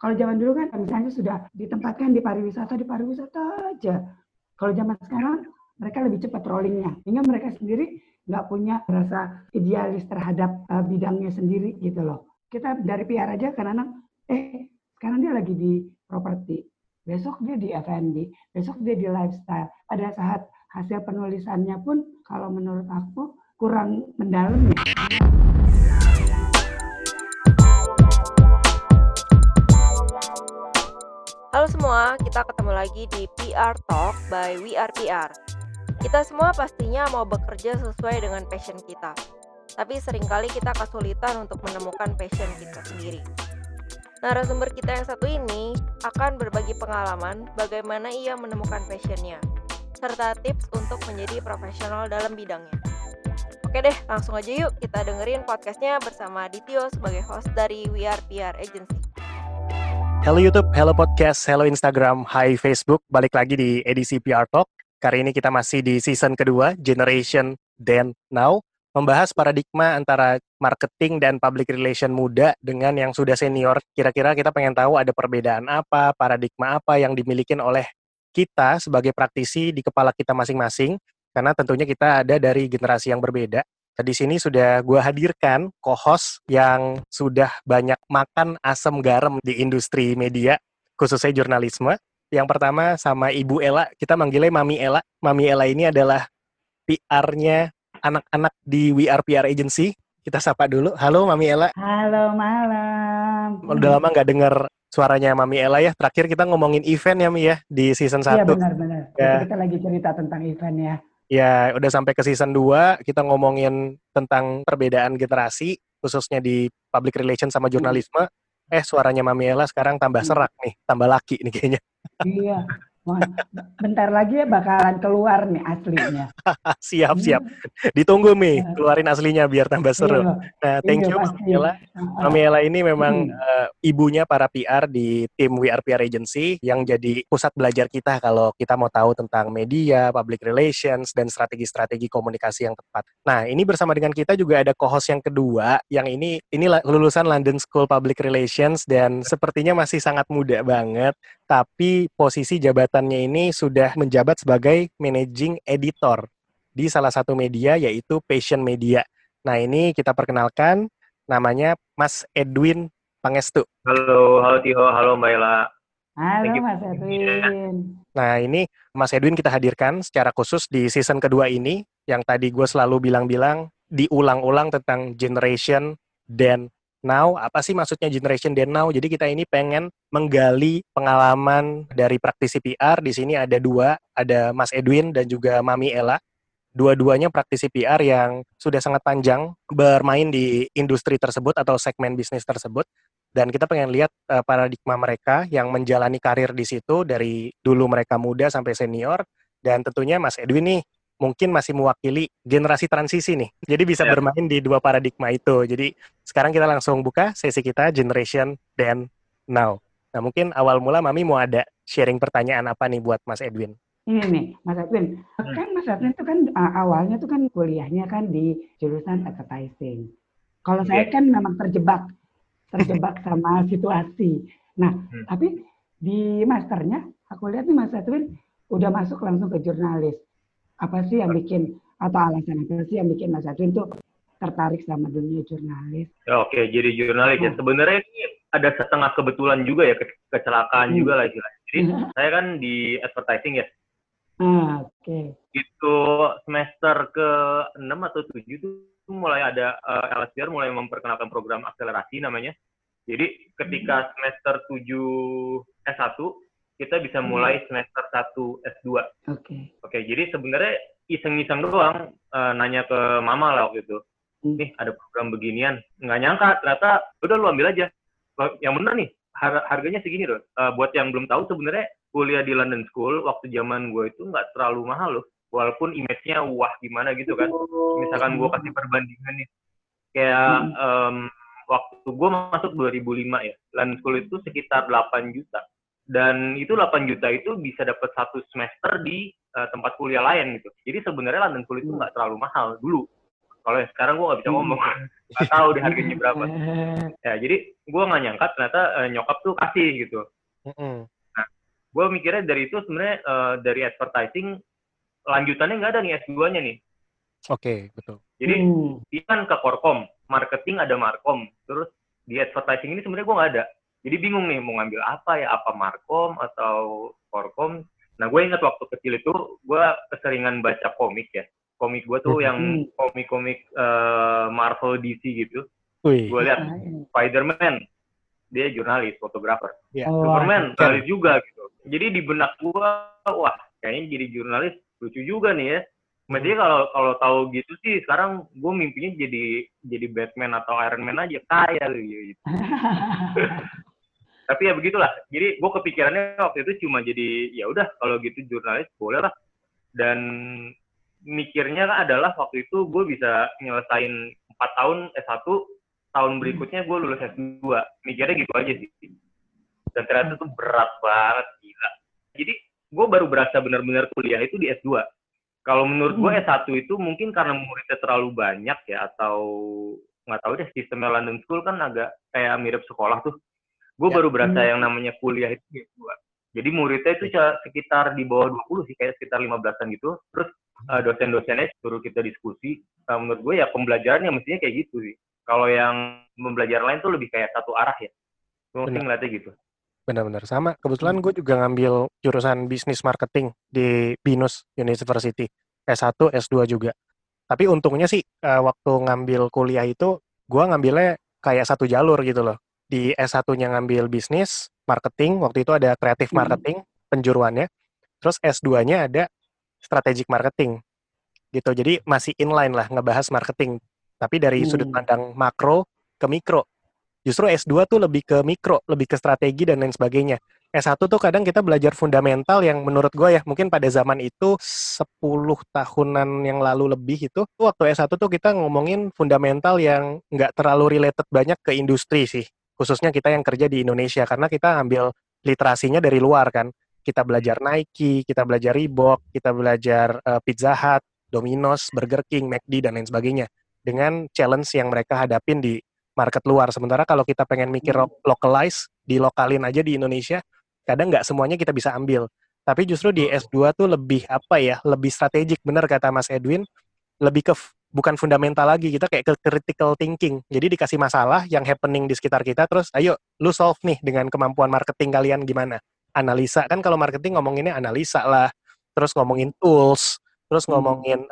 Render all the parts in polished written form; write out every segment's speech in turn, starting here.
Kalau zaman dulu kan misalnya sudah ditempatkan di pariwisata aja. Kalau zaman sekarang mereka lebih cepat rollingnya, sehingga mereka sendiri nggak punya rasa idealis terhadap bidangnya sendiri gitu loh. Kita dari PR aja kadang-kadang, sekarang dia lagi di properti, besok dia di F&B, besok dia di lifestyle. Pada saat hasil penulisannya pun kalau menurut aku kurang mendalam ya. Halo semua, kita ketemu lagi di PR Talk by We Are PR. Kita semua pastinya mau bekerja sesuai dengan passion kita. Tapi seringkali kita kesulitan untuk menemukan passion kita sendiri. Narasumber kita yang satu ini akan berbagi pengalaman bagaimana ia menemukan passionnya, serta tips untuk menjadi profesional dalam bidangnya. Oke deh, langsung aja yuk kita dengerin podcastnya bersama Ditio sebagai host dari We Are PR Agency. Halo YouTube, halo podcast, halo Instagram, hai Facebook. Balik lagi di edisi PR Talk. Kali ini kita masih di season kedua, Generation Then Now, membahas paradigma antara marketing dan public relation muda dengan yang sudah senior. Kira-kira kita pengen tahu ada perbedaan apa, paradigma apa yang dimiliki oleh kita sebagai praktisi di kepala kita masing-masing, karena tentunya kita ada dari generasi yang berbeda. Di sini sudah gue hadirkan co-host yang sudah banyak makan asam garam di industri media, khususnya jurnalisme. Yang pertama sama Ibu Ella, kita manggilnya Mami Ella. Mami Ella ini adalah PR-nya anak-anak di We Are PR Agency. Kita sapa dulu. Halo Mami Ella. Halo malam. Udah lama nggak dengar suaranya Mami Ella ya. Terakhir kita ngomongin event ya Mi ya, di season 1. Iya benar-benar. Ya. Kita lagi cerita tentang event ya. Ya, udah sampai ke season 2, kita ngomongin tentang perbedaan generasi, khususnya di public relation sama jurnalisme. Suaranya Mami Ella sekarang tambah serak nih, tambah laki nih kayaknya. Iya, bentar lagi ya bakalan keluar nih aslinya. Siap. Ditunggu Mi, keluarin aslinya biar tambah seru. Nah, thank you Mami Ella. Mami Ella ini memang ibunya para PR di tim We Are PR Agency yang jadi pusat belajar kita kalau kita mau tahu tentang media, public relations, dan strategi-strategi komunikasi yang tepat. Nah, ini bersama dengan kita juga ada co-host yang kedua, yang ini lulusan London School Public Relations dan sepertinya masih sangat muda banget, tapi posisi jabatannya ini sudah menjabat sebagai managing editor di salah satu media yaitu Passion Media. Nah, ini kita perkenalkan, namanya Mas Edwin Pangestu. Halo Tio, halo Mbak Ella. Halo Mas Edwin. Nah, ini Mas Edwin kita hadirkan secara khusus di season kedua ini, yang tadi gue selalu bilang-bilang, diulang-ulang tentang Generation Then Now. Apa sih maksudnya Generation Then Now? Jadi kita ini pengen menggali pengalaman dari praktisi PR. Di sini ada dua, ada Mas Edwin dan juga Mami Ella. Dua-duanya praktisi PR yang sudah sangat panjang bermain di industri tersebut atau segmen bisnis tersebut. Dan kita pengen lihat paradigma mereka yang menjalani karir di situ dari dulu mereka muda sampai senior. Dan tentunya Mas Edwin nih mungkin masih mewakili generasi transisi nih. Jadi bisa bermain di dua paradigma itu. Jadi sekarang kita langsung buka sesi kita Generation Then Now. Nah, mungkin awal mula Mami mau ada sharing pertanyaan apa nih buat Mas Edwin? Ini nih, Mas Edwin. Kan Mas Edwin itu kan awalnya tuh kan kuliahnya kan di jurusan advertising. Kalau saya kan memang terjebak sama situasi. Nah, tapi di masternya aku lihat nih Mas Edwin udah masuk langsung ke jurnalis. Apa sih yang bikin, atau alasan apa sih yang bikin Mas Edwin tuh tertarik sama dunia jurnalis? Oke, jadi jurnalis ya. Sebenarnya ini ada setengah kebetulan juga ya, kecelakaan juga lah istilahnya. Jadi saya kan di advertising ya. Oke. Itu semester ke-6 atau 7 itu mulai ada LSPR mulai memperkenalkan program akselerasi namanya. Jadi ketika semester 7 S1 kita bisa mulai semester 1 S2. Oke, jadi sebenarnya iseng-iseng doang nanya ke mama lah waktu itu. Nih ada program beginian, nggak nyangka ternyata udah lu ambil aja. Yang bener nih harganya segini loh. Buat yang belum tahu sebenarnya kuliah di London School waktu zaman gue itu nggak terlalu mahal loh. Walaupun image-nya wah gimana gitu kan. Misalkan gue kasih perbandingan nih. Kayak waktu gue masuk 2005 ya. London School itu sekitar 8 juta. Dan itu 8 juta itu bisa dapat satu semester di tempat kuliah lain gitu. Jadi sebenarnya London School itu nggak terlalu mahal dulu. Kalau yang sekarang gue nggak bisa ngomong, nggak tahu deh harganya berapa. Ya, jadi gue nggak nyangka ternyata nyokap tuh kasih gitu. Nah, gue mikirnya dari itu sebenarnya dari advertising lanjutannya nggak ada nih S2-nya nih. Oke, betul. Jadi dia kan ke Korkom, marketing ada Markom, terus di advertising ini sebenarnya gue nggak ada. Jadi bingung nih mau ngambil apa ya, apa Markom atau Korkom. Nah, gue ingat waktu kecil itu gue keseringan baca komik ya. Komik gue tuh yang komik-komik Marvel DC gitu. Gue lihat Spider-Man, dia jurnalis, fotografer. Superman, jurnalis juga gitu. Jadi di benak gue, wah kayaknya jadi jurnalis lucu juga nih ya. Mestinya kalau tahu gitu sih, sekarang gue mimpinya jadi Batman atau Iron Man aja, kaya gitu. Tapi ya begitulah. Jadi gue kepikirannya waktu itu cuma jadi ya udah kalau gitu jurnalis boleh lah. Dan mikirnya adalah waktu itu gue bisa nyelesain 4 tahun S1, tahun berikutnya gue lulus S2. Mikirnya gitu aja sih. Dan ternyata tuh berat banget, gila. Jadi gue baru berasa benar-benar kuliah itu di S2. Kalau menurut gue S1 itu mungkin karena muridnya terlalu banyak ya, atau nggak tahu deh, sistemnya London School kan agak kayak mirip sekolah tuh. Gue baru berasa yang namanya kuliah itu di S2. Jadi muridnya itu sekitar di bawah 20 sih, kayak sekitar 15-an gitu. Terus dosen-dosennya suruh kita diskusi. Menurut gue ya pembelajarannya mestinya kayak gitu sih. Kalau yang pembelajaran lain tuh lebih kayak satu arah ya. Gue mesti ngeliatnya gitu. Benar-benar sama. Kebetulan gue juga ngambil jurusan bisnis marketing di Binus University. S1, S2 juga. Tapi untungnya sih waktu ngambil kuliah itu, gue ngambilnya kayak satu jalur gitu loh. Di S1-nya ngambil bisnis, marketing, waktu itu ada kreatif marketing, penjuruannya. Terus S2-nya ada strategic marketing. Gitu. Jadi masih inline lah ngebahas marketing. Tapi dari sudut pandang makro ke mikro. Justru S2 tuh lebih ke mikro, lebih ke strategi dan lain sebagainya. S1 tuh kadang kita belajar fundamental yang menurut gue ya, mungkin pada zaman itu 10 tahunan yang lalu lebih itu, waktu S1 tuh kita ngomongin fundamental yang nggak terlalu related banyak ke industri sih. Khususnya kita yang kerja di Indonesia, karena kita ambil literasinya dari luar kan. Kita belajar Nike, kita belajar Reebok, kita belajar Pizza Hut, Domino's, Burger King, McD, dan lain sebagainya. Dengan challenge yang mereka hadapin di market luar. Sementara kalau kita pengen mikir localize, dilokalin aja di Indonesia, kadang nggak semuanya kita bisa ambil. Tapi justru di S2 tuh lebih apa ya, lebih strategik, benar kata Mas Edwin, lebih ke bukan fundamental lagi, kita kayak ke critical thinking. Jadi dikasih masalah yang happening di sekitar kita, terus ayo lu solve nih dengan kemampuan marketing kalian gimana. Analisa, kan kalau marketing ngomonginnya analisa lah, terus ngomongin tools, terus ngomongin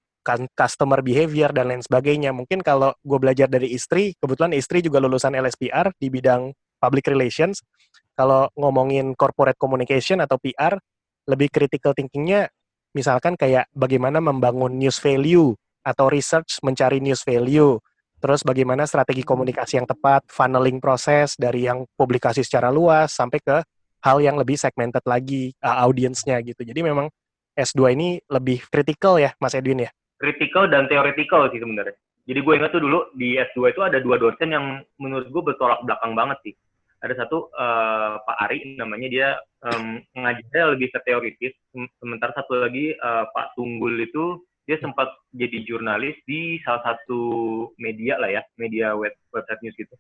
customer behavior dan lain sebagainya. Mungkin kalau gue belajar dari istri, kebetulan istri juga lulusan LSPR di bidang public relations. Kalau ngomongin corporate communication atau PR, lebih critical thinking-nya misalkan kayak bagaimana membangun news value atau research mencari news value. Terus bagaimana strategi komunikasi yang tepat, funneling proses dari yang publikasi secara luas sampai ke hal yang lebih segmented lagi audiensnya gitu. Jadi memang S2 ini lebih critical ya Mas Edwin ya? Critical dan theoretical sih sebenarnya. Jadi gue ingat tuh dulu di S2 itu ada 2 dosen yang menurut gue bertolak belakang banget sih. Ada satu Pak Ari namanya, dia ngajarnya lebih ke teoritis. Sementara satu lagi Pak Tunggul itu dia sempat jadi jurnalis di salah satu media lah ya, media website news gitu.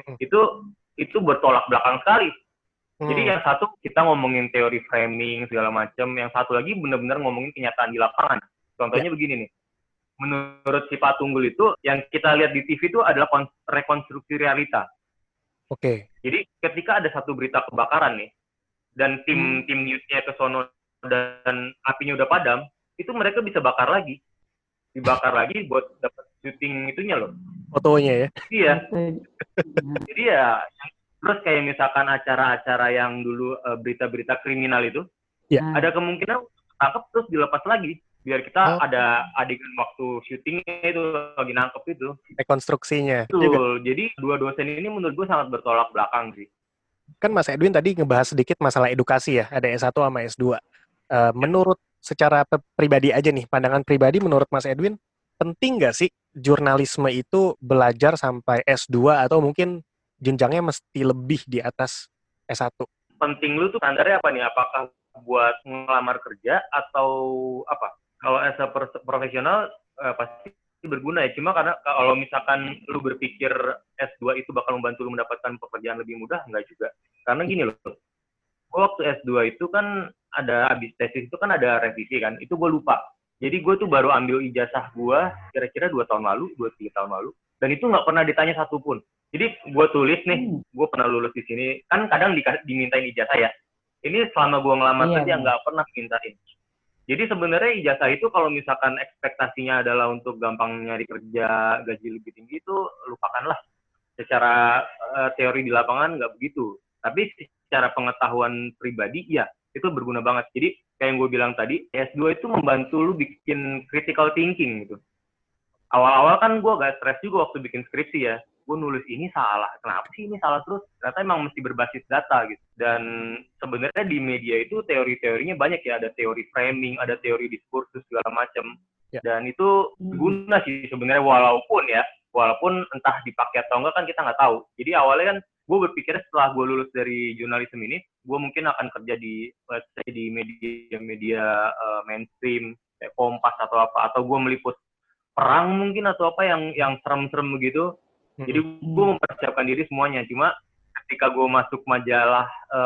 Itu bertolak belakang sekali. Jadi yang satu kita ngomongin teori framing segala macam, yang satu lagi benar-benar ngomongin kenyataan di lapangan. Contohnya begini nih. Menurut si Pak Tunggul itu, yang kita lihat di TV itu adalah rekonstruksi realita. Oke. Jadi ketika ada satu berita kebakaran nih, dan tim newsnya ke sono dan apinya udah padam, itu mereka bisa bakar lagi. Dibakar lagi buat dapat syuting itunya loh. Fotonya ya? Iya. Jadi ya, terus kayak misalkan acara-acara yang dulu berita-berita kriminal itu, ada kemungkinan tangkap terus dilepas lagi. Biar kita ada adegan waktu syutingnya itu lagi nangkep itu. Rekonstruksinya. Betul. Jadi 2 dosen ini menurut gue sangat bertolak belakang sih. Kan Mas Edwin tadi ngebahas sedikit masalah edukasi ya, ada S1 sama S2. Menurut secara pribadi aja nih, pandangan pribadi menurut Mas Edwin, penting nggak sih jurnalisme itu belajar sampai S2 atau mungkin jenjangnya mesti lebih di atas S1? Penting lu tuh standarnya apa nih? Apakah buat ngelamar kerja atau apa? Kalau as a profesional pasti berguna ya. Cuma karena kalau misalkan lu berpikir S2 itu bakal membantu lu mendapatkan pekerjaan lebih mudah, enggak juga. Karena gini loh, gue waktu S2 itu kan ada habis tesis itu kan ada revisi kan, itu gue lupa. Jadi gue tuh baru ambil ijazah gue kira-kira 2 tahun lalu, 2-3 tahun lalu, dan itu nggak pernah ditanya satupun. Jadi gue tulis nih, gue pernah lulus di sini, kan kadang dimintain ijazah ya. Ini selama gue ngelamar kerja nggak pernah mintain. Jadi sebenarnya ijazah itu kalau misalkan ekspektasinya adalah untuk gampang nyari kerja, gaji lebih tinggi, itu lupakanlah. Secara teori di lapangan nggak begitu. Tapi secara pengetahuan pribadi, ya itu berguna banget. Jadi kayak yang gue bilang tadi, S2 itu membantu lu bikin critical thinking gitu. Awal-awal kan gue agak stres juga waktu bikin skripsi ya. Gue nulis ini salah, kenapa sih ini salah terus? Ternyata emang mesti berbasis data gitu. Dan sebenarnya di media itu teori-teorinya banyak ya, ada teori framing, ada teori diskursus segala macam. Ya. Dan itu berguna sih sebenarnya walaupun entah dipakai atau enggak kan kita nggak tahu. Jadi awalnya kan gue berpikir setelah gue lulus dari jurnalisme ini, gue mungkin akan kerja di media-media mainstream, kayak Kompas atau apa, atau gue meliput perang mungkin atau apa yang serem-serem begitu. Jadi gue mempersiapkan diri semuanya. Cuma ketika gue masuk majalah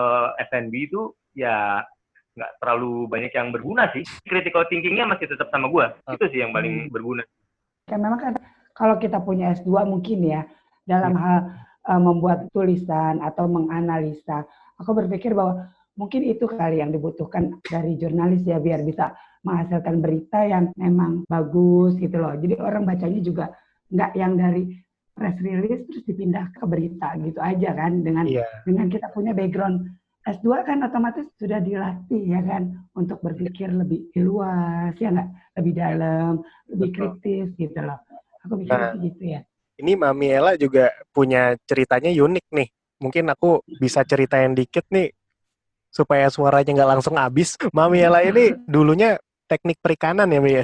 F&B itu ya nggak terlalu banyak yang berguna sih. Critical thinking-nya masih tetap sama gue. Itu sih yang paling berguna. Kan memang kan kalau kita punya S2 mungkin ya dalam hal membuat tulisan atau menganalisa, aku berpikir bahwa mungkin itu kali yang dibutuhkan dari jurnalis ya, biar bisa menghasilkan berita yang memang bagus gitu loh. Jadi orang bacanya juga nggak yang dari press release terus dipindah ke berita gitu aja kan. Dengan kita punya background S2 kan otomatis sudah dilatih ya kan untuk berpikir lebih luas ya nggak, lebih dalam, lebih kritis gitu loh. Aku pikir gitu ya. Ini Mami Ella juga punya ceritanya unik nih. Mungkin aku bisa ceritain dikit nih supaya suaranya nggak langsung habis. Mami Ella ini dulunya teknik perikanan ya, Mi ya?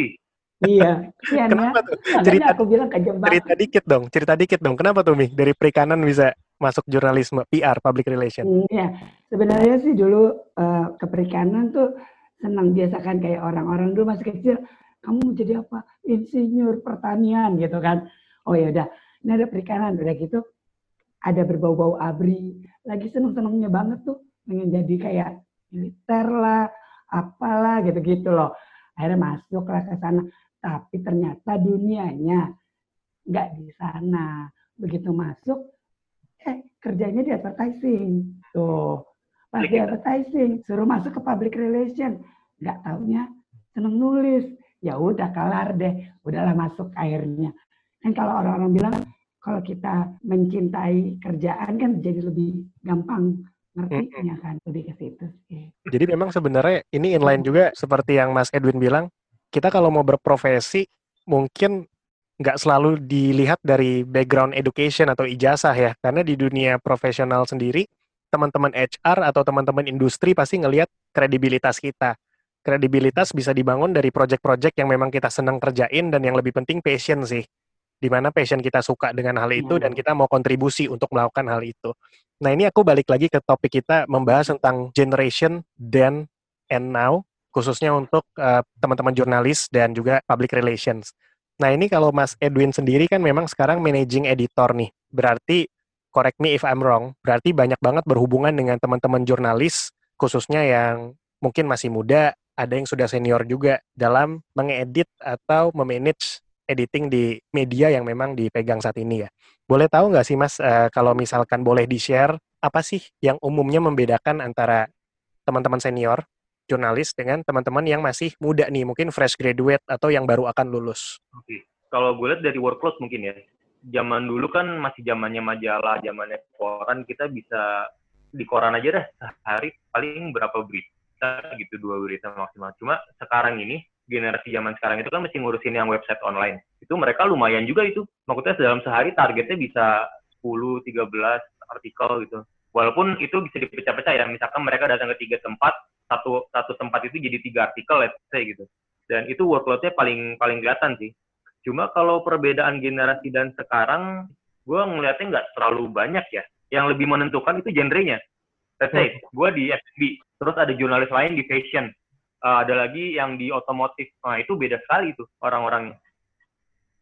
Iya. Kenapa tuh? Aku bilang kejebak. Cerita dikit dong. Kenapa tuh, Mi? Dari perikanan bisa masuk jurnalisme, PR, public relation? Iya. Sebenarnya sih dulu ke perikanan tuh senang, biasa kan kayak orang-orang dulu masih kecil, kamu mau jadi apa? Insinyur pertanian gitu kan. Oh ya udah, ini ada perikanan, udah gitu ada berbau-bau ABRI. Lagi seneng-senengnya banget tuh, pengen jadi kayak militer lah, apalah gitu-gitu loh. Akhirnya masuklah ke sana, tapi ternyata dunianya nggak di sana. Begitu masuk, kerjanya di advertising. Tuh, pas di advertising, suruh masuk ke public relation. Nggak taunya seneng nulis. Ya udah kelar deh, udahlah masuk akhirnya. Kan kalau orang-orang bilang, kalau kita mencintai kerjaan kan jadi lebih gampang ngertinya kan, lebih ke situ sih. Jadi memang sebenarnya ini inline juga seperti yang Mas Edwin bilang, kita kalau mau berprofesi mungkin nggak selalu dilihat dari background education atau ijazah ya, karena di dunia profesional sendiri, teman-teman HR atau teman-teman industri pasti ngelihat kredibilitas kita. Kredibilitas bisa dibangun dari project-project yang memang kita senang kerjain dan yang lebih penting passion sih. Di mana passion kita suka dengan hal itu dan kita mau kontribusi untuk melakukan hal itu. Nah ini aku balik lagi ke topik kita membahas tentang generation then and now, khususnya untuk teman-teman jurnalis dan juga public relations. Nah ini kalau Mas Edwin sendiri kan memang sekarang managing editor nih, berarti correct me if I'm wrong, berarti banyak banget berhubungan dengan teman-teman jurnalis, khususnya yang mungkin masih muda, ada yang sudah senior juga dalam mengedit atau memanage editing di media yang memang dipegang saat ini ya. Boleh tahu nggak sih Mas, kalau misalkan boleh di-share, apa sih yang umumnya membedakan antara teman-teman senior, jurnalis dengan teman-teman yang masih muda nih, mungkin fresh graduate atau yang baru akan lulus? Oke. Kalau gue lihat dari workload mungkin ya, zaman dulu kan masih zamannya majalah, zamannya koran, kita bisa di koran aja dah, sehari paling berapa berita gitu, 2 berita maksimal. Cuma sekarang ini, generasi zaman sekarang itu kan mesti ngurusin yang website online. Itu mereka lumayan juga itu. Maksudnya dalam sehari targetnya bisa 10-13 artikel gitu. Walaupun itu bisa dipecah-pecah ya. Misalkan mereka datang ke 3 tempat, satu tempat itu jadi 3 artikel, let's say gitu. Dan itu workload-nya paling kelihatan sih. Cuma kalau perbedaan generasi dan sekarang, gue ngeliatnya nggak terlalu banyak ya. Yang lebih menentukan itu genrenya. Let's say, gue di F&B, terus ada jurnalis lain di fashion. Ada lagi yang di otomotif. Nah, itu beda sekali tuh orang-orangnya.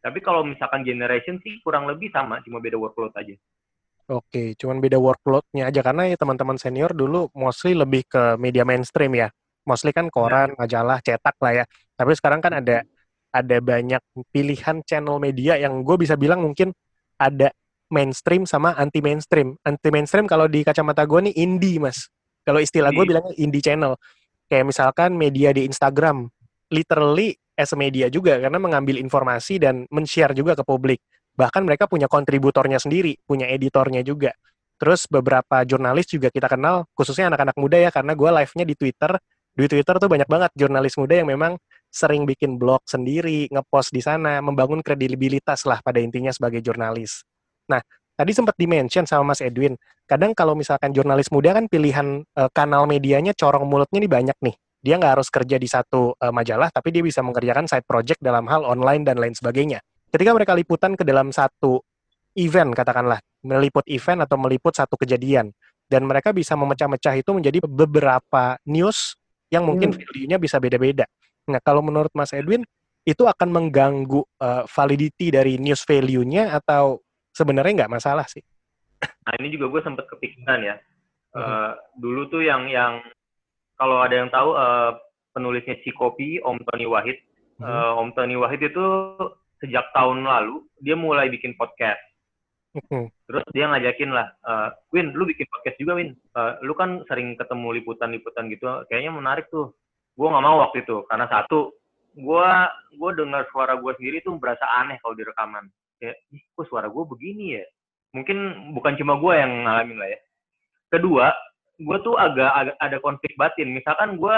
Tapi kalau misalkan generation sih kurang lebih sama, cuma beda workload aja. Oke, cuman beda workload-nya aja karena ya teman-teman senior dulu mostly lebih ke media mainstream ya. Mostly kan koran, majalah, cetak lah ya. Tapi sekarang kan ada banyak pilihan channel media yang gue bisa bilang mungkin ada mainstream sama anti mainstream. Anti mainstream kalau di kacamata gue nih indie, Mas. Kalau istilah gue bilangnya indie channel. Kayak misalkan media di Instagram, literally as a media juga karena mengambil informasi dan men-share juga ke publik. Bahkan mereka punya kontributornya sendiri, punya editornya juga. Terus beberapa jurnalis juga kita kenal, khususnya anak-anak muda ya, karena gue live-nya di Twitter. Di Twitter tuh banyak banget jurnalis muda yang memang sering bikin blog sendiri, ngepost di sana, membangun kredibilitas lah pada intinya sebagai jurnalis. Nah, tadi sempat di-mention sama Mas Edwin, kadang kalau misalkan jurnalis muda kan pilihan kanal medianya corong mulutnya nih banyak nih. Dia nggak harus kerja di satu majalah, tapi dia bisa mengerjakan side project dalam hal online dan lain sebagainya. Ketika mereka liputan ke dalam satu event, katakanlah, meliput event atau meliput satu kejadian, dan mereka bisa memecah-mecah itu menjadi beberapa news yang mungkin value-nya bisa beda-beda. Nah, kalau menurut Mas Edwin, itu akan mengganggu validity dari news value-nya atau sebenarnya nggak masalah sih? Nah, ini juga gue sempat kepikiran ya. Dulu tuh yang kalau ada yang tahu penulisnya Cikopi, Om Tony Wahid. Om Tony Wahid itu sejak tahun lalu dia mulai bikin podcast. Terus dia ngajakin lah, Win, lu bikin podcast juga, Win. Lu kan sering ketemu liputan-liputan gitu, kayaknya menarik tuh. Gue nggak mau waktu itu karena satu, gue dengar suara gue sendiri tuh berasa aneh kalau di rekaman. Kayak, kok suara gue begini ya? Mungkin bukan cuma gue yang ngalamin lah ya. Kedua, gue tuh agak ada konflik batin. Misalkan gue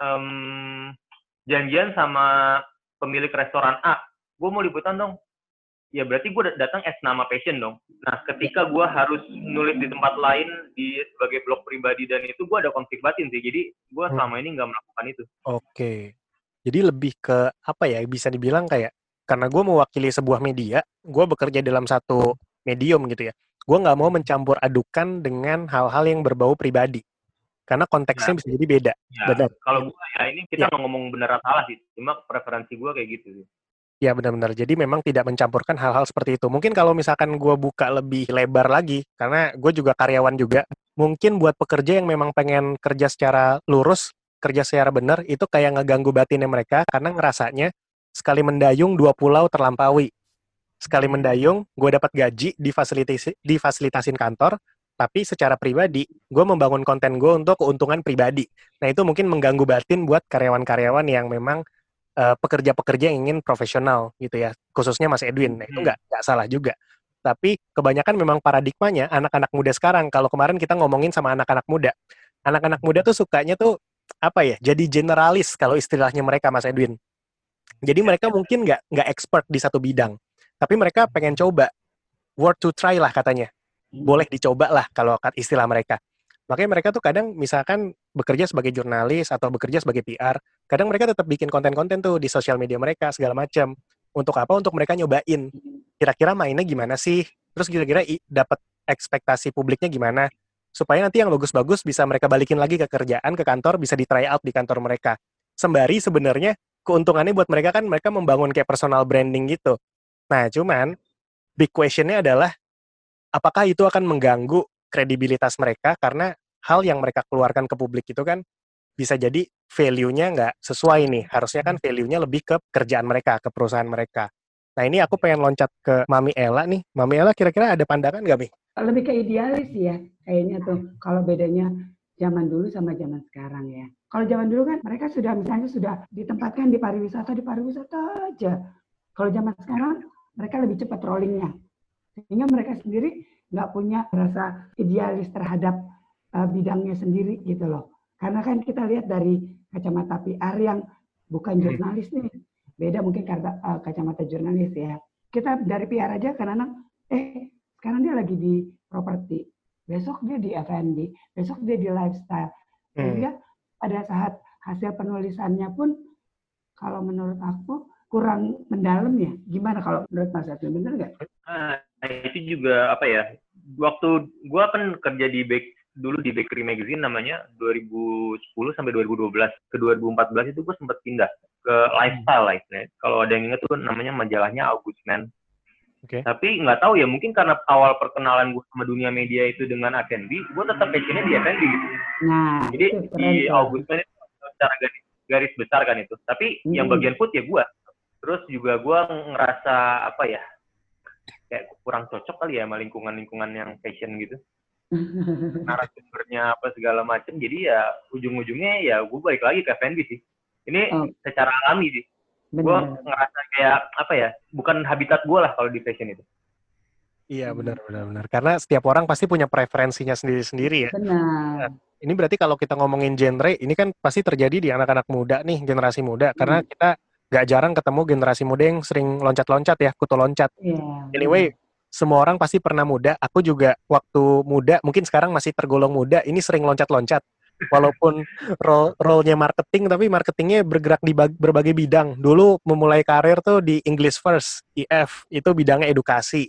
janjian sama pemilik restoran A, gue mau liputan dong. Ya berarti gue datang as nama passion dong. Nah, ketika gue harus nulis di tempat lain sebagai blog pribadi dan itu gue ada konflik batin sih. Jadi gue selama ini nggak melakukan itu. Oke. Jadi lebih ke apa ya? Bisa dibilang kayak karena gue mewakili sebuah media, gue bekerja dalam satu medium gitu ya. Gue nggak mau mencampur adukan dengan hal-hal yang berbau pribadi. Karena konteksnya bisa jadi beda. Ya, benar. Kalau gue ya ini kita ngomong benar atau salah sih. Cuma preferensi gue kayak gitu sih. Ya benar-benar. Jadi memang tidak mencampurkan hal-hal seperti itu. Mungkin kalau misalkan gue buka lebih lebar lagi, karena gue juga karyawan juga, mungkin buat pekerja yang memang pengen kerja secara lurus, kerja secara benar, itu kayak ngeganggu batinnya mereka, karena ngerasanya sekali mendayung 2 pulau terlampaui. Sekali mendayung, gue dapat gaji, difasilitasin kantor, tapi secara pribadi, gue membangun konten gue untuk keuntungan pribadi. Nah itu mungkin mengganggu batin buat karyawan-karyawan yang memang pekerja-pekerja yang ingin profesional gitu ya, khususnya Mas Edwin. Nah, itu nggak salah juga. Tapi kebanyakan memang paradigmanya anak-anak muda sekarang. Kalau kemarin kita ngomongin sama anak-anak muda tuh sukanya tuh apa ya? Jadi generalis kalau istilahnya mereka, Mas Edwin. Jadi mereka mungkin nggak expert di satu bidang, tapi mereka pengen coba, worth to try lah katanya. Boleh dicoba lah kalau istilah mereka. Makanya mereka tuh kadang misalkan bekerja sebagai jurnalis atau bekerja sebagai PR, kadang mereka tetap bikin konten-konten tuh di sosial media mereka segala macam. Untuk apa? Untuk mereka nyobain. Kira-kira mainnya gimana sih? Terus kira-kira dapat ekspektasi publiknya gimana? Supaya nanti yang bagus-bagus bisa mereka balikin lagi ke kerjaan, ke kantor, bisa di try out di kantor mereka. Sembari sebenarnya keuntungannya buat mereka kan mereka membangun kayak personal branding gitu. Nah, cuman big question-nya adalah apakah itu akan mengganggu kredibilitas mereka karena hal yang mereka keluarkan ke publik itu kan bisa jadi value-nya nggak sesuai nih. Harusnya kan value-nya lebih ke kerjaan mereka, ke perusahaan mereka. Nah ini aku pengen loncat ke Mami Ella nih. Mami Ella kira-kira ada pandangan nggak, Mi? Lebih ke idealis ya kayaknya tuh. Kalau bedanya zaman dulu sama zaman sekarang ya. Kalau zaman dulu kan mereka sudah ditempatkan di pariwisata aja. Kalau zaman sekarang mereka lebih cepat rollingnya. Sehingga mereka sendiri nggak punya rasa idealis terhadap bidangnya sendiri gitu loh. Karena kan kita lihat dari kacamata PR yang bukan jurnalis nih. Beda mungkin karena kacamata jurnalis ya. Kita dari PR aja kadang-kadang, sekarang dia lagi di properti. Besok dia di F&B. Besok dia di lifestyle. Sehingga pada saat hasil penulisannya pun kalau menurut aku kurang mendalam ya. Gimana kalau menurut Mas Edwin? Benar nggak? Itu juga apa ya? Waktu gue kan kerja dulu di Bakery Magazine namanya 2010 sampai 2012. Ke 2014 itu gue sempat pindah ke lifestyle lah istilahnya. Kalau ada yang ingat tuh namanya majalahnya August Man. Oke. Tapi nggak tahu ya, mungkin karena awal perkenalan gue sama dunia media itu dengan F&B, gue tetap passionnya di F&B gitu. Nah, Jadi itu keren di tuh. August Man itu secara garis besar kan itu. Tapi yang bagian food ya gue. Terus juga gue ngerasa apa ya, kayak kurang cocok kali ya sama lingkungan-lingkungan yang fashion gitu. Narasumbernya apa segala macam. Jadi ya ujung-ujungnya ya gue balik lagi ke F&B sih. Ini secara alami sih. Gue ngerasa kayak apa ya, bukan habitat gue lah kalau di fashion itu. Iya, benar. Karena setiap orang pasti punya preferensinya sendiri-sendiri ya. Benar. Nah, ini berarti kalau kita ngomongin genre, ini kan pasti terjadi di anak-anak muda nih, generasi muda. Karena kita gak jarang ketemu generasi muda yang sering loncat-loncat ya, kutu loncat. Anyway, semua orang pasti pernah muda. Aku juga waktu muda, mungkin sekarang masih tergolong muda, ini sering loncat-loncat. Walaupun role-nya marketing, tapi marketingnya bergerak di berbagai bidang. Dulu memulai karir tuh di English First, IF, itu bidangnya edukasi.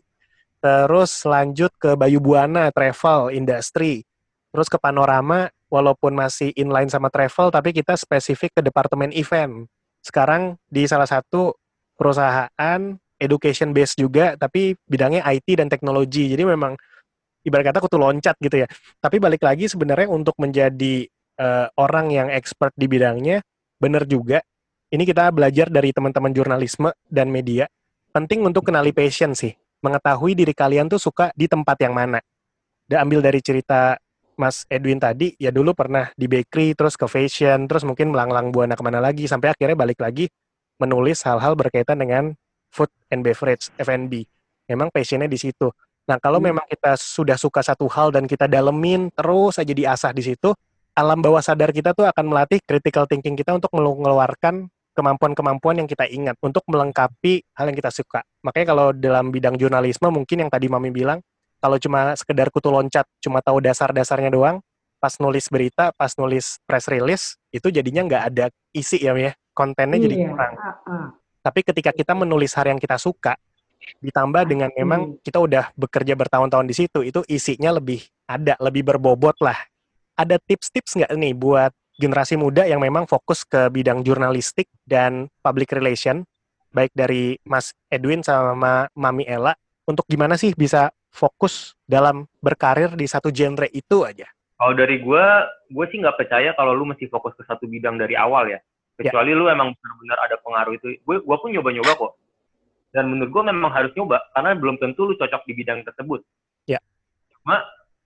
Terus lanjut ke Bayu Buana, travel, industri. Terus ke Panorama, walaupun masih inline sama travel, tapi kita spesifik ke departemen event. Sekarang di salah satu perusahaan education based juga, tapi bidangnya IT dan teknologi. Jadi memang ibarat kata kutu loncat gitu ya. Tapi balik lagi sebenarnya untuk menjadi orang yang expert di bidangnya, benar juga. Ini kita belajar dari teman-teman jurnalisme dan media. Penting untuk kenali passion sih. Mengetahui diri kalian tuh suka di tempat yang mana. Udah ambil dari cerita Mas Edwin tadi, ya dulu pernah di bakery, terus ke fashion, terus mungkin melanglang buana kemana lagi, sampai akhirnya balik lagi menulis hal-hal berkaitan dengan food and beverage, F&B. Memang passionnya di situ. Nah, kalau memang kita sudah suka satu hal dan kita dalemin, terus aja diasah di situ, alam bawah sadar kita tuh akan melatih critical thinking kita untuk mengeluarkan kemampuan-kemampuan yang kita ingat, untuk melengkapi hal yang kita suka. Makanya kalau dalam bidang jurnalisme, mungkin yang tadi Mami bilang, kalau cuma sekedar kutu loncat, cuma tahu dasar-dasarnya doang, pas nulis berita, pas nulis press release, itu jadinya nggak ada isi ya, kontennya jadi kurang. Tapi ketika kita menulis hal yang kita suka, ditambah dengan memang kita udah bekerja bertahun-tahun di situ, itu isinya lebih ada, lebih berbobot lah. Ada tips-tips nggak nih buat generasi muda yang memang fokus ke bidang jurnalistik dan public relation, baik dari Mas Edwin sama Mami Ella, untuk gimana sih bisa fokus dalam berkarir di satu genre itu aja? Kalau dari gue sih nggak percaya kalau lu mesti fokus ke satu bidang dari awal ya. Kecuali lu emang benar-benar ada pengaruh itu. Gue pun nyoba-nyoba kok. Dan menurut gue memang harus nyoba, karena belum tentu lu cocok di bidang tersebut. Ya. Cuma,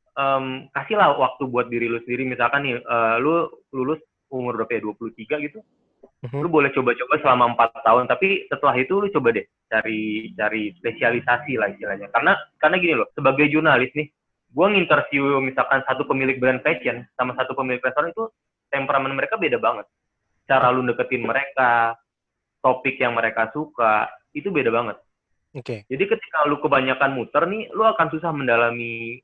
kasihlah waktu buat diri lu sendiri. Misalkan nih, lu lulus umur berapa ya, 23 gitu. Lu boleh coba-coba selama 4 tahun, tapi setelah itu lu coba deh cari spesialisasi lah istilahnya. Karena gini loh, sebagai jurnalis nih, gue nginterview misalkan satu pemilik brand fashion sama satu pemilik restoran, itu temperamen mereka beda banget. Cara lu deketin mereka, topik yang mereka suka, itu beda banget. Oke. Jadi ketika lu kebanyakan muter nih, lu akan susah mendalami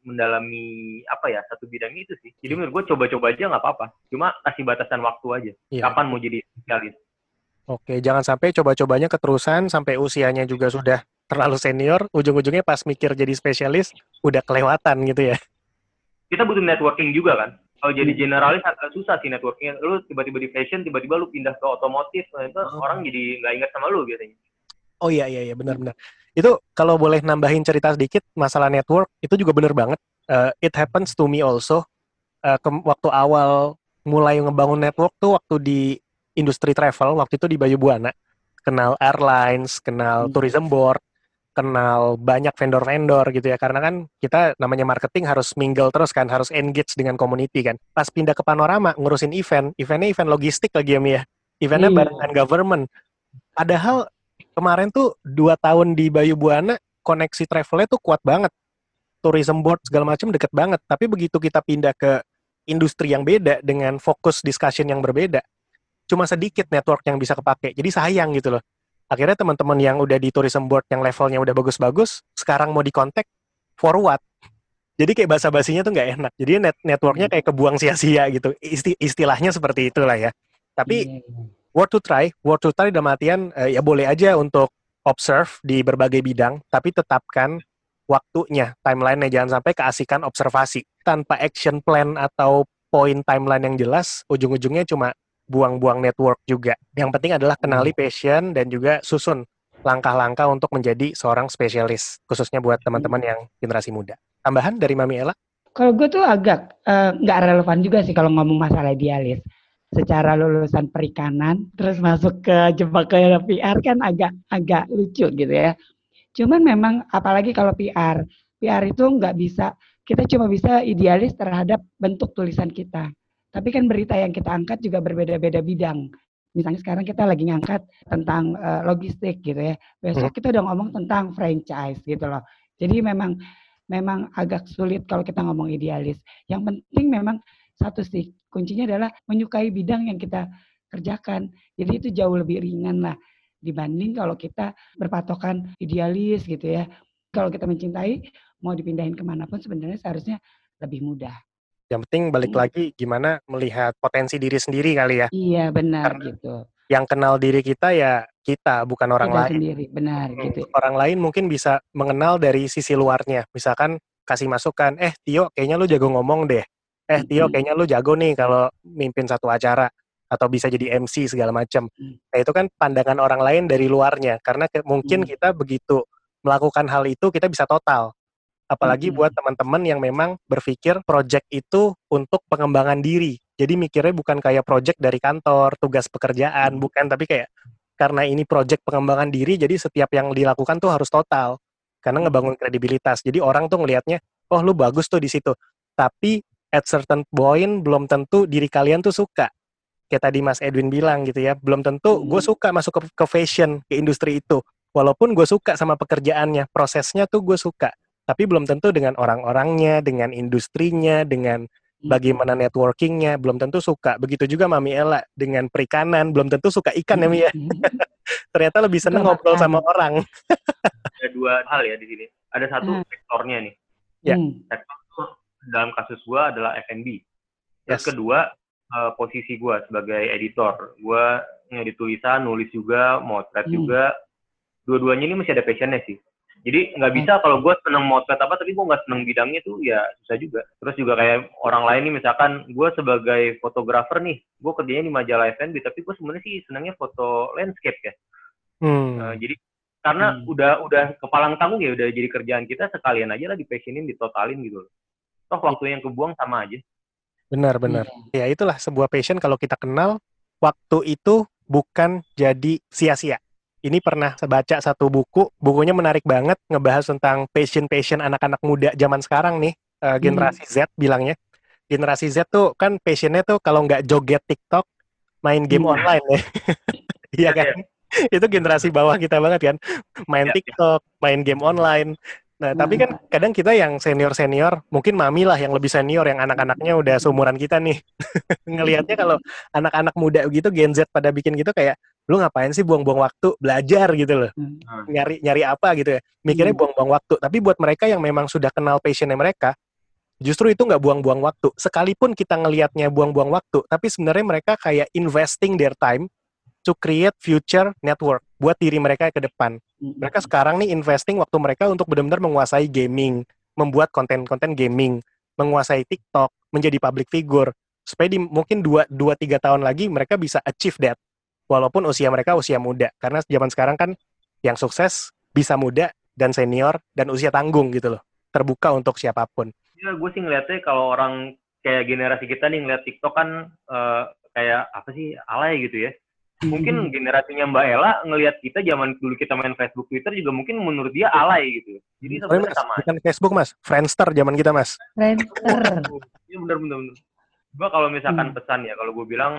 apa ya, satu bidang itu sih. Jadi menurut gue coba-coba aja nggak apa-apa. Cuma kasih batasan waktu aja. Kapan mau jadi spesialis. Oke, jangan sampai coba-cobanya keterusan sampai usianya juga sudah terlalu senior, ujung-ujungnya pas mikir jadi spesialis udah kelewatan gitu ya. Kita butuh networking juga kan. Kalau jadi generalis agak susah sih networking. Lu tiba-tiba di fashion, tiba-tiba lu pindah ke otomotif, itu orang jadi nggak ingat sama lu biasanya. Oh iya, benar-benar. Itu kalau boleh nambahin cerita sedikit masalah network, itu juga benar banget. It happens to me also. Waktu awal mulai ngebangun network tuh waktu di industri travel, waktu itu di Bayu Buana. Kenal airlines, kenal tourism board, kenal banyak vendor-vendor gitu ya. Karena kan kita namanya marketing harus mingle terus kan, harus engage dengan community kan. Pas pindah ke Panorama, ngurusin eventnya event logistik lagi ya Mi ya. Eventnya barengan government. Padahal kemarin tuh 2 tahun di Bayu Buana, koneksi travelnya tuh kuat banget. Tourism board segala macam deket banget. Tapi begitu kita pindah ke industri yang beda dengan fokus discussion yang berbeda, cuma sedikit network yang bisa kepake. Jadi sayang gitu loh. Akhirnya teman-teman yang udah di tourism board yang levelnya udah bagus-bagus, sekarang mau dikontak, forward. Jadi kayak basa-basinya tuh nggak enak. Jadi networknya kayak kebuang sia-sia gitu. Istilahnya seperti itulah ya. Tapi worth to try dalam artian ya boleh aja untuk observe di berbagai bidang, tapi tetapkan waktunya, timeline-nya, jangan sampai keasikan observasi. Tanpa action plan atau point timeline yang jelas, ujung-ujungnya cuma buang-buang network juga. Yang penting adalah kenali passion dan juga susun langkah-langkah untuk menjadi seorang spesialis, khususnya buat teman-teman yang generasi muda. Tambahan dari Mami Ella? Kalau gue tuh agak nggak relevan juga sih kalau ngomong masalah idealis. Secara lulusan perikanan, terus masuk ke jebak ke PR kan agak lucu gitu ya. Cuman memang apalagi kalau PR itu nggak bisa, kita cuma bisa idealis terhadap bentuk tulisan kita. Tapi kan berita yang kita angkat juga berbeda-beda bidang. Misalnya sekarang kita lagi ngangkat tentang logistik gitu ya. Besok kita udah ngomong tentang franchise gitu loh. Jadi memang agak sulit kalau kita ngomong idealis. Yang penting memang satu sih, kuncinya adalah menyukai bidang yang kita kerjakan. Jadi itu jauh lebih ringan lah dibanding kalau kita berpatokan idealis gitu ya. Kalau kita mencintai, mau dipindahin kemanapun sebenarnya seharusnya lebih mudah. Yang penting balik lagi gimana melihat potensi diri sendiri kali ya. Iya benar Karena gitu. yang kenal diri kita ya kita, bukan orang Kita lain. sendiri, benar gitu. Orang lain mungkin bisa mengenal dari sisi luarnya. Misalkan kasih masukan, Tio kayaknya lu jago ngomong deh. Tio kayaknya lu jago nih kalau mimpin satu acara. Atau bisa jadi MC segala macam. Nah itu kan pandangan orang lain dari luarnya. Karena mungkin kita begitu melakukan hal itu kita bisa total. Apalagi buat teman-teman yang memang berpikir project itu untuk pengembangan diri. Jadi mikirnya bukan kayak project dari kantor, tugas pekerjaan, bukan. Tapi kayak karena ini project pengembangan diri, jadi setiap yang dilakukan tuh harus total. Karena ngebangun kredibilitas. Jadi orang tuh ngelihatnya, oh lu bagus tuh di situ. Tapi at certain point belum tentu diri kalian tuh suka. Kayak tadi Mas Edwin bilang gitu ya, belum tentu gue suka masuk ke fashion, ke industri itu. Walaupun gue suka sama pekerjaannya, prosesnya tuh gue suka. Tapi belum tentu dengan orang-orangnya, dengan industrinya, dengan bagaimana networkingnya, belum tentu suka. Begitu juga Mami Ella dengan perikanan, belum tentu suka ikan ya Mi ya. Ternyata lebih seneng ngobrol sama orang. Ada dua hal ya di sini. Ada satu sektornya nih. Ya. Sektor dalam kasus gue adalah F&B. Terus kedua, posisi gue sebagai editor. Gue ngedit tulisan, nulis juga, motret juga. Dua-duanya ini masih ada passionnya sih. Jadi nggak bisa kalau gue seneng motret apa, tapi gue nggak seneng bidangnya tuh ya susah juga. Terus juga kayak orang lain nih, misalkan gue sebagai fotografer nih, gue kerjanya di majalah F&B, tapi gue sebenarnya sih senengnya foto landscape ya. Jadi karena udah kepalang tanggung ya, udah jadi kerjaan kita, sekalian aja lah dipassionin, ditotalin gitu loh. Toh waktu yang kebuang sama aja. Benar. Ya itulah sebuah passion kalau kita kenal, waktu itu bukan jadi sia-sia. Ini pernah baca satu bukunya menarik banget, ngebahas tentang passion anak-anak muda zaman sekarang nih, generasi Z bilangnya. Generasi Z tuh kan passionnya tuh kalau nggak joget TikTok, main game online ya. Iya kan? Itu generasi bawah kita banget kan, main TikTok, main game online. Nah, tapi kan kadang kita yang senior, mungkin Mami lah yang lebih senior, yang anak-anaknya udah seumuran kita nih. Ngelihatnya kalau anak-anak muda gitu, Gen Z pada bikin gitu kayak, lu ngapain sih buang-buang waktu belajar gitu loh. Nyari apa gitu ya. Mikirnya buang-buang waktu. Tapi buat mereka yang memang sudah kenal passionnya mereka, justru itu nggak buang-buang waktu. Sekalipun kita ngelihatnya buang-buang waktu, tapi sebenarnya mereka kayak investing their time to create future network buat diri mereka ke depan. Mereka sekarang nih investing waktu mereka untuk benar-benar menguasai gaming, membuat konten-konten gaming, menguasai TikTok, menjadi public figure, supaya di mungkin 2-3 tahun lagi mereka bisa achieve that. Walaupun usia mereka usia muda. Karena zaman sekarang kan yang sukses bisa muda dan senior dan usia tanggung gitu loh. Terbuka untuk siapapun. Ya, gue sih ngeliatnya kalau orang kayak generasi kita nih ngeliat TikTok kan kayak apa sih, alay gitu ya. Mungkin generasinya Mbak Ella ngelihat kita zaman dulu kita main Facebook, Twitter juga mungkin menurut dia alay gitu. Jadi sebenarnya sama. Bukan Facebook Mas, Friendster zaman kita Mas. Friendster. Iya benar. Gue kalau misalkan pesan ya, kalau gue bilang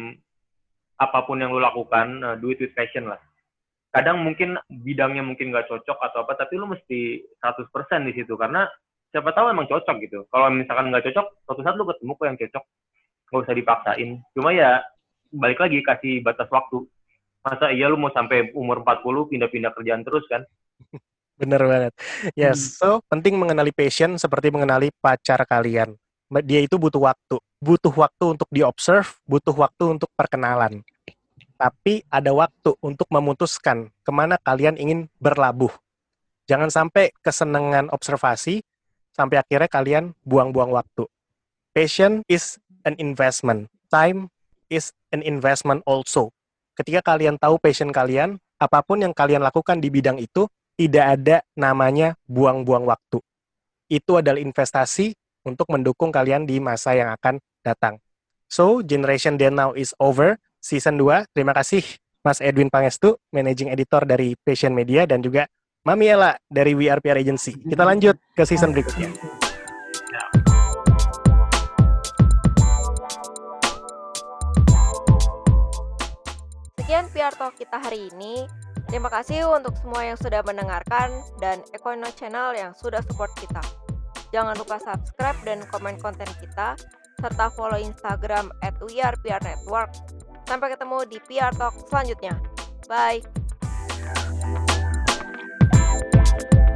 apapun yang lu lakukan, do it with passion lah. Kadang mungkin bidangnya mungkin nggak cocok atau apa, tapi lu mesti 100% di situ karena siapa tahu emang cocok gitu. Kalau misalkan nggak cocok, suatu saat lu ketemu kok yang cocok, nggak usah dipaksain. Cuma ya balik lagi kasih batas waktu. Masa iya lu mau sampai umur 40 pindah-pindah kerjaan terus kan? Bener banget. Yes, so penting mengenali passion seperti mengenali pacar kalian. Dia itu butuh waktu untuk diobserve, butuh waktu untuk perkenalan. Tapi ada waktu untuk memutuskan kemana kalian ingin berlabuh. Jangan sampai kesenangan observasi sampai akhirnya kalian buang-buang waktu. Passion is an investment. Time is an investment also. Ketika kalian tahu passion kalian, apapun yang kalian lakukan di bidang itu, tidak ada namanya buang-buang waktu. Itu adalah investasi untuk mendukung kalian di masa yang akan datang. So, Generation Then Now is over, season 2. Terima kasih Mas Edwin Pangestu, Managing Editor dari Passion Media, dan juga Mami Ella dari WeRPR Agency. Kita lanjut ke season berikutnya. Sekian PR Talk kita hari ini. Terima kasih untuk semua yang sudah mendengarkan dan Ecoino Channel yang sudah support kita. Jangan lupa subscribe dan komen konten kita, serta follow Instagram @WeArePRNetwork. Sampai ketemu di PR Talk selanjutnya. Bye!